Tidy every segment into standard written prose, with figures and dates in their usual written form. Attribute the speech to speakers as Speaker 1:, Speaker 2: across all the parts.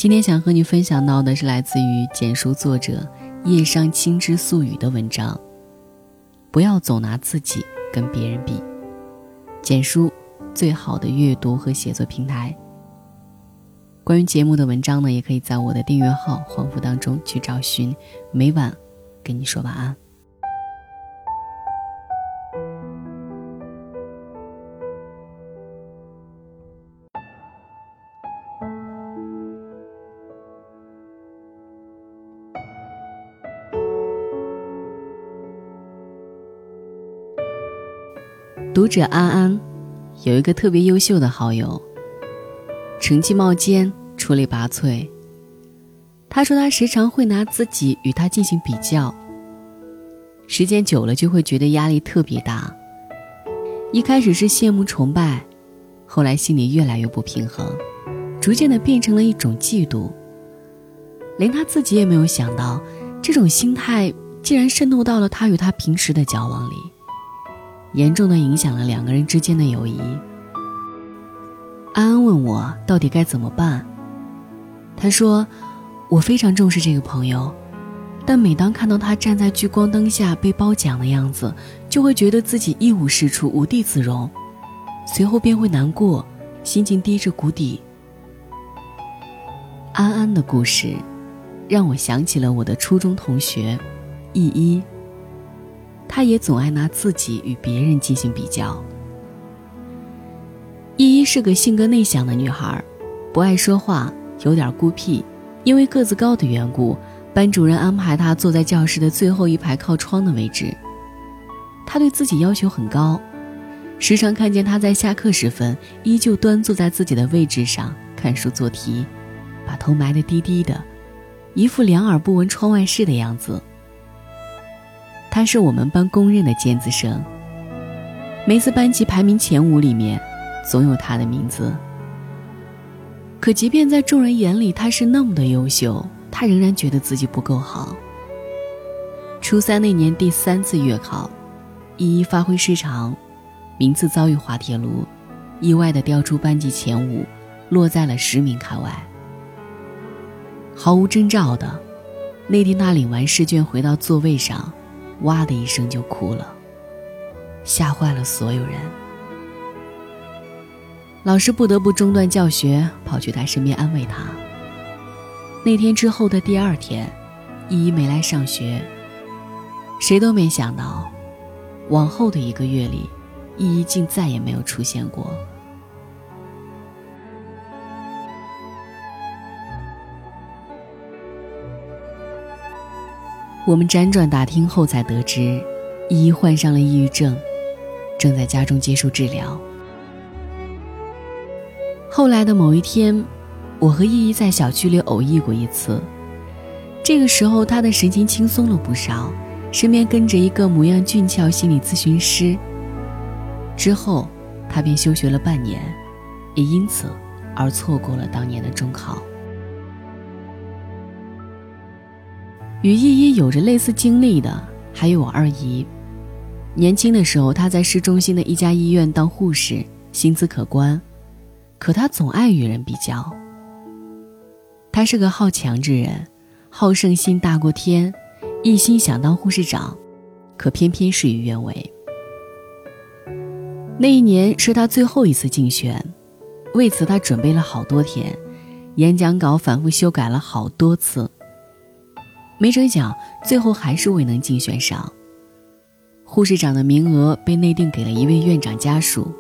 Speaker 1: 今天想和你分享到的是来自于简书作者叶商清之素语的文章，不要总拿自己跟别人比。简书最好的阅读和写作平台。关于节目的文章呢，也可以在我的订阅号黄甫当中去找寻，每晚跟你说晚安。读者安安有一个特别优秀的好友，成绩冒尖，出类拔萃。他说他时常会拿自己与他进行比较，时间久了就会觉得压力特别大。一开始是羡慕崇拜，后来心里越来越不平衡，逐渐的变成了一种嫉妒。连他自己也没有想到，这种心态竟然渗透到了他与他平时的交往里，严重的影响了两个人之间的友谊。安安问我到底该怎么办，他说，我非常重视这个朋友，但每当看到他站在聚光灯下被褒奖的样子，就会觉得自己一无是处，无地自容，随后便会难过，心情低至谷底。安安的故事让我想起了我的初中同学依依，她也总爱拿自己与别人进行比较。依依是个性格内向的女孩，不爱说话，有点孤僻。因为个子高的缘故，班主任安排她坐在教室的最后一排靠窗的位置。她对自己要求很高，时常看见她在下课时分依旧端坐在自己的位置上看书做题，把头埋得低低的，一副两耳不闻窗外事的样子。她是我们班公认的尖子生，每次班级排名前5里面总有她的名字。可即便在众人眼里她是那么的优秀，她仍然觉得自己不够好。初3那年第3次月考，依依发挥失常，名次遭遇滑铁卢，意外地掉出班级前5，落在了10名开外。毫无征兆的，那天她领完试卷回到座位上，哇的一声就哭了，吓坏了所有人。老师不得不中断教学，跑去他身边安慰他。那天之后的第2天，依依没来上学。谁都没想到，往后的1个月里，依依竟再也没有出现过。我们辗转打听后才得知，依依患上了抑郁症，正在家中接受治疗。后来的某一天，我和依依在小区里偶遇过一次。这个时候她的神情轻松了不少，身边跟着一个模样俊俏心理咨询师。之后她便休学了半年，也因此而错过了当年的中考。与依依有着类似经历的还有我二姨。年轻的时候，她在市中心的一家医院当护士，薪资可观，可她总爱与人比较。她是个好强之人，好胜心大过天，一心想当护士长，可偏偏事与愿违。那一年是她最后一次竞选，为此她准备了好多天，演讲稿反复修改了好多次，没成想最后还是未能竞选上。护士长的名额被内定给了一位院长家属。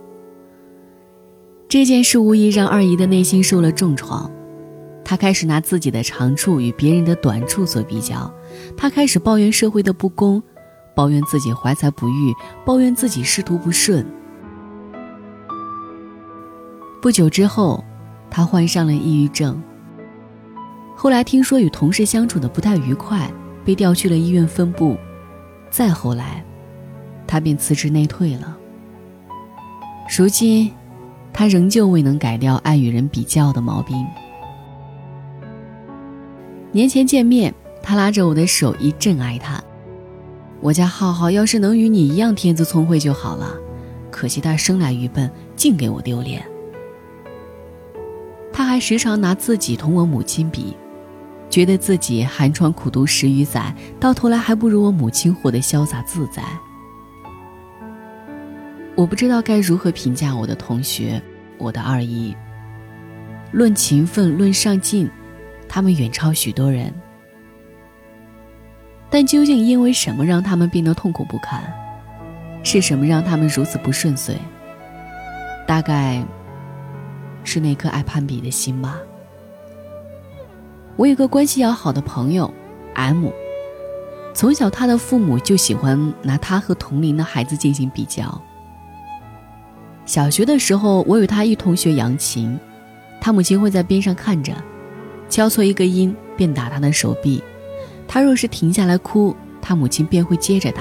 Speaker 1: 这件事无疑让二姨的内心受了重创，她开始拿自己的长处与别人的短处做比较，她开始抱怨社会的不公，抱怨自己怀才不遇，抱怨自己仕途不顺。不久之后，她患上了抑郁症。后来听说与同事相处的不太愉快，被调去了医院分部。再后来，她便辞职内退了。如今她仍旧未能改掉爱与人比较的毛病。年前见面，她拉着我的手一阵哀叹，我家浩浩要是能与你一样天资聪慧就好了，可惜他生来愚笨，净给我丢脸。他还还时常拿自己同我母亲比，觉得自己寒窗苦读10余载，到头来还不如我母亲活得潇洒自在。我不知道该如何评价我的同学，我的二姨。论勤奋，论上进，他们远超许多人。但究竟因为什么让他们变得痛苦不堪？是什么让他们如此不顺遂？大概是那颗爱攀比的心吧。我有个关系要好的朋友 M， 从小他的父母就喜欢拿他和同龄的孩子进行比较。小学的时候，我与他一同学扬琴，他母亲会在边上看着，敲错一个音便打他的手臂，他若是停下来哭，他母亲便会接着打。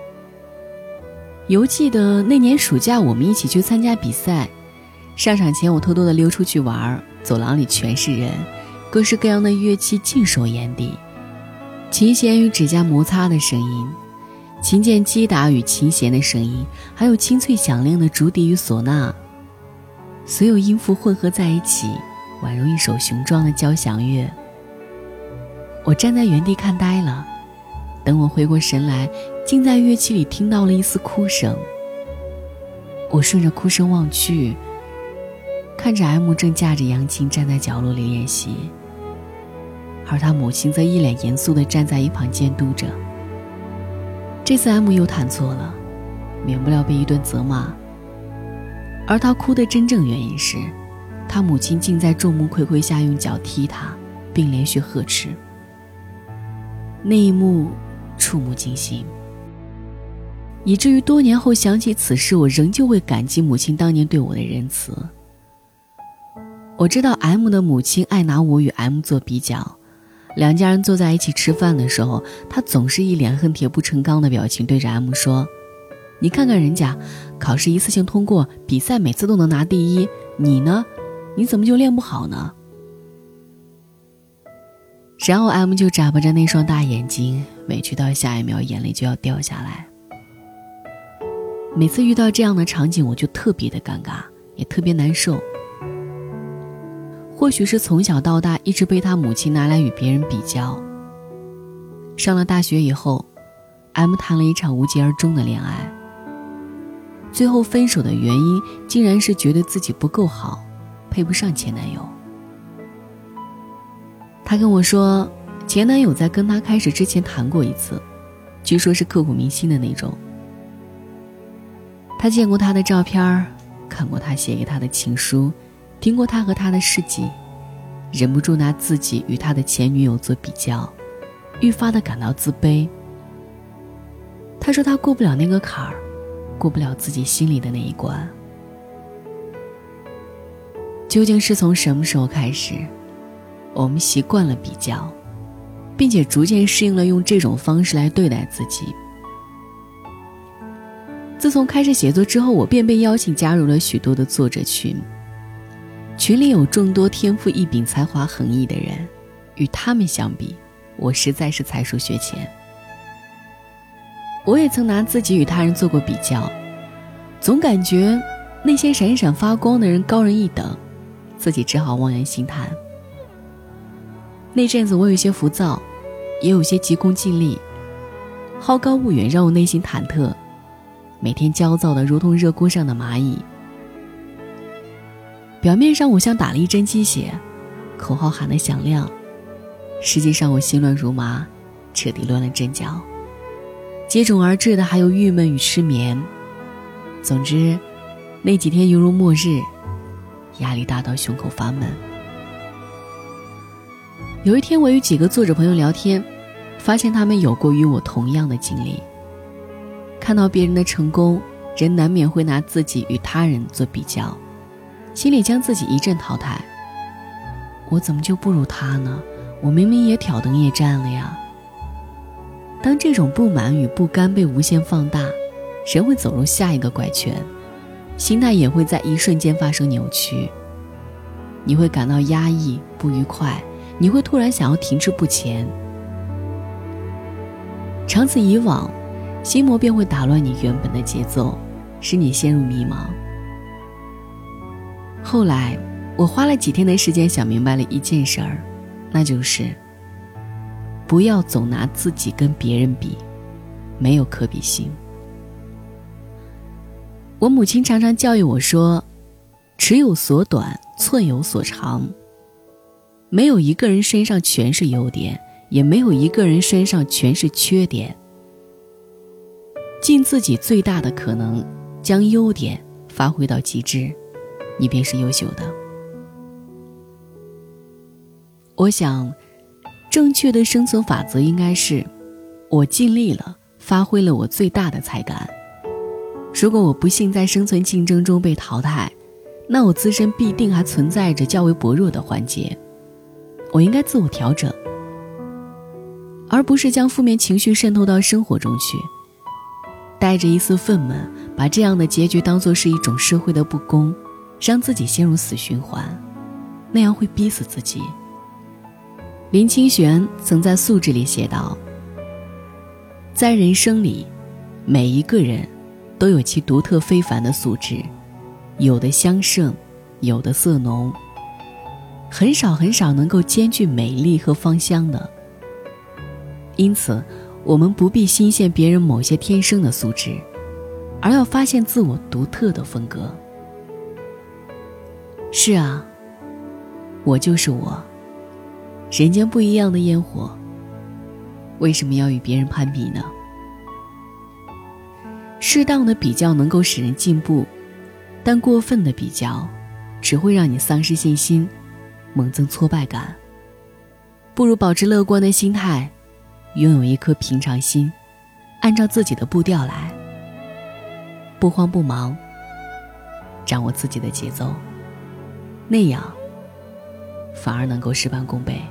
Speaker 1: 犹记得那年暑假我们一起去参加比赛，上场前我偷偷地溜出去玩，走廊里全是人，各式各样的乐器尽收眼底，琴弦与指甲摩擦的声音，琴键击打与琴弦的声音，还有清脆响亮的竹笛与唢呐，所有音符混合在一起，宛如一首雄壮的交响乐。我站在原地看呆了，等我回过神来，竟在乐器里听到了一丝哭声。我顺着哭声望去，看着 M 正架着扬琴站在角落里练习，而他母亲则一脸严肃地站在一旁监督着。这次 M 又弹错了，免不了被一顿责骂。而他哭的真正原因是，他母亲竟在众目睽睽下用脚踢他，并连续呵斥。那一幕触目惊心，以至于多年后想起此事，我仍旧会感激母亲当年对我的仁慈。我知道 M 的母亲爱拿我与 M 做比较，两家人坐在一起吃饭的时候，她总是一脸恨铁不成钢的表情对着 M 说，你看看人家考试一次性通过，比赛每次都能拿第一，你呢？你怎么就练不好呢？然后 M 就眨巴着那双大眼睛，委屈到下一秒眼泪就要掉下来。每次遇到这样的场景，我就特别的尴尬，也特别难受。或许是从小到大一直被他母亲拿来与别人比较。上了大学以后， M 谈了一场无疾而终的恋爱，最后分手的原因竟然是觉得自己不够好，配不上前男友。他跟我说，前男友在跟他开始之前谈过一次，据说是刻骨铭心的那种。他见过他的照片，看过他写给他的情书，听过他和他的事迹，忍不住拿自己与他的前女友做比较，愈发的感到自卑。他说他过不了那个坎儿，过不了自己心里的那一关。究竟是从什么时候开始，我们习惯了比较，并且逐渐适应了用这种方式来对待自己。自从开始写作之后，我便被邀请加入了许多的作者群，群里有众多天赋异禀、才华横溢的人，与他们相比，我实在是才疏学浅。我也曾拿自己与他人做过比较，总感觉那些闪闪发光的人高人一等，自己只好望洋兴叹。那阵子我有些浮躁，也有些急功近利，好高骛远让我内心忐忑，每天焦躁得如同热锅上的蚂蚁。表面上我像打了一针鸡血，口号喊得响亮，实际上我心乱如麻，彻底乱了阵脚。接踵而至的还有郁闷与失眠。总之，那几天犹如末日，压力大到胸口发闷。有一天我与几个作者朋友聊天，发现他们有过与我同样的经历。看到别人的成功，人难免会拿自己与他人做比较，心里将自己一阵淘汰。我怎么就不如他呢？我明明也挑灯夜战了呀。当这种不满与不甘被无限放大，人会走入下一个怪圈，心态也会在一瞬间发生扭曲。你会感到压抑、不愉快，你会突然想要停滞不前。长此以往，心魔便会打乱你原本的节奏，使你陷入迷茫。后来我花了几天的时间想明白了一件事儿，那就是不要总拿自己跟别人比，没有可比性。我母亲常常教育我说，尺有所短，寸有所长。没有一个人身上全是优点，也没有一个人身上全是缺点。尽自己最大的可能，将优点发挥到极致，你便是优秀的。我想，正确的生存法则应该是，我尽力了，发挥了我最大的才干。如果我不幸在生存竞争中被淘汰，那我自身必定还存在着较为薄弱的环节，我应该自我调整，而不是将负面情绪渗透到生活中去，带着一丝愤懑，把这样的结局当作是一种社会的不公，让自己陷入死循环，那样会逼死自己。林清玄曾在素质里写道，在人生里，每一个人都有其独特非凡的素质，有的香盛，有的色浓，很少很少能够兼具美丽和芳香的。因此我们不必欣羡别人某些天生的素质，而要发现自我独特的风格。是啊，我就是我，人间不一样的烟火，为什么要与别人攀比呢？适当的比较能够使人进步，但过分的比较只会让你丧失信心，猛增挫败感。不如保持乐观的心态，拥有一颗平常心，按照自己的步调来，不慌不忙，掌握自己的节奏，那样反而能够事半功倍。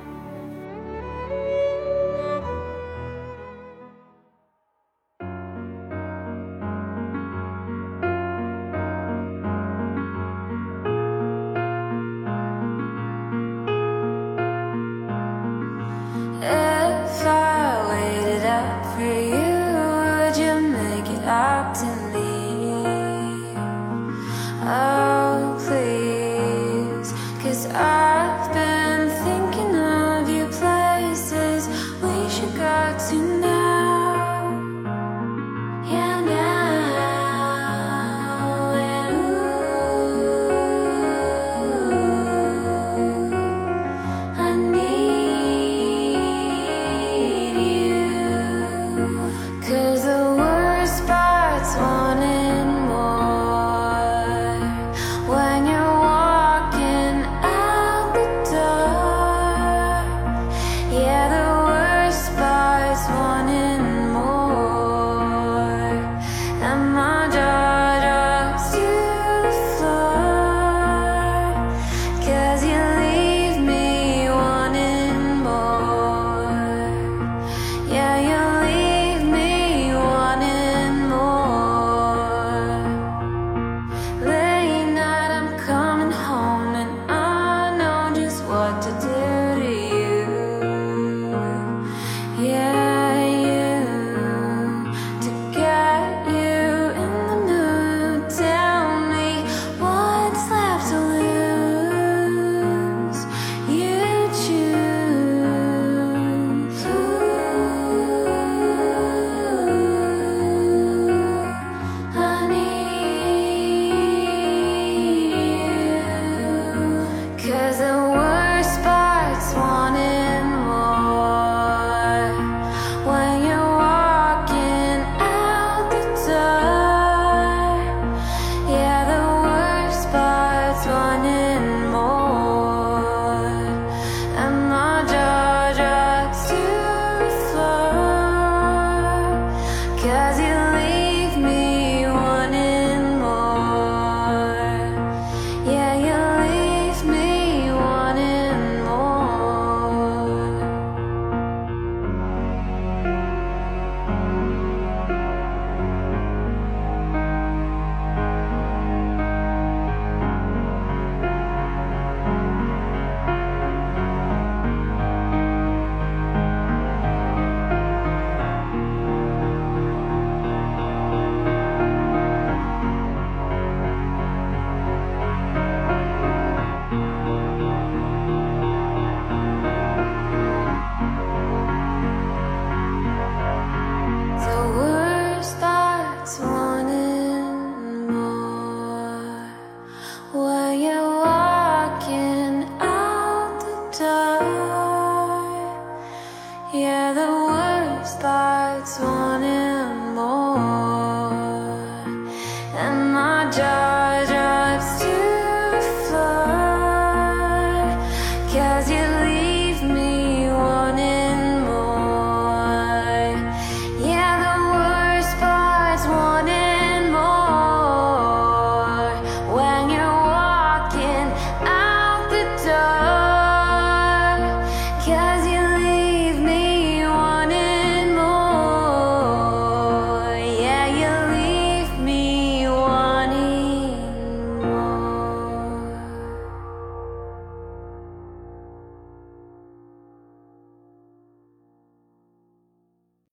Speaker 2: If I waited up for you, would you make it up to me? Oh, please, 'cause I've been thinking it's one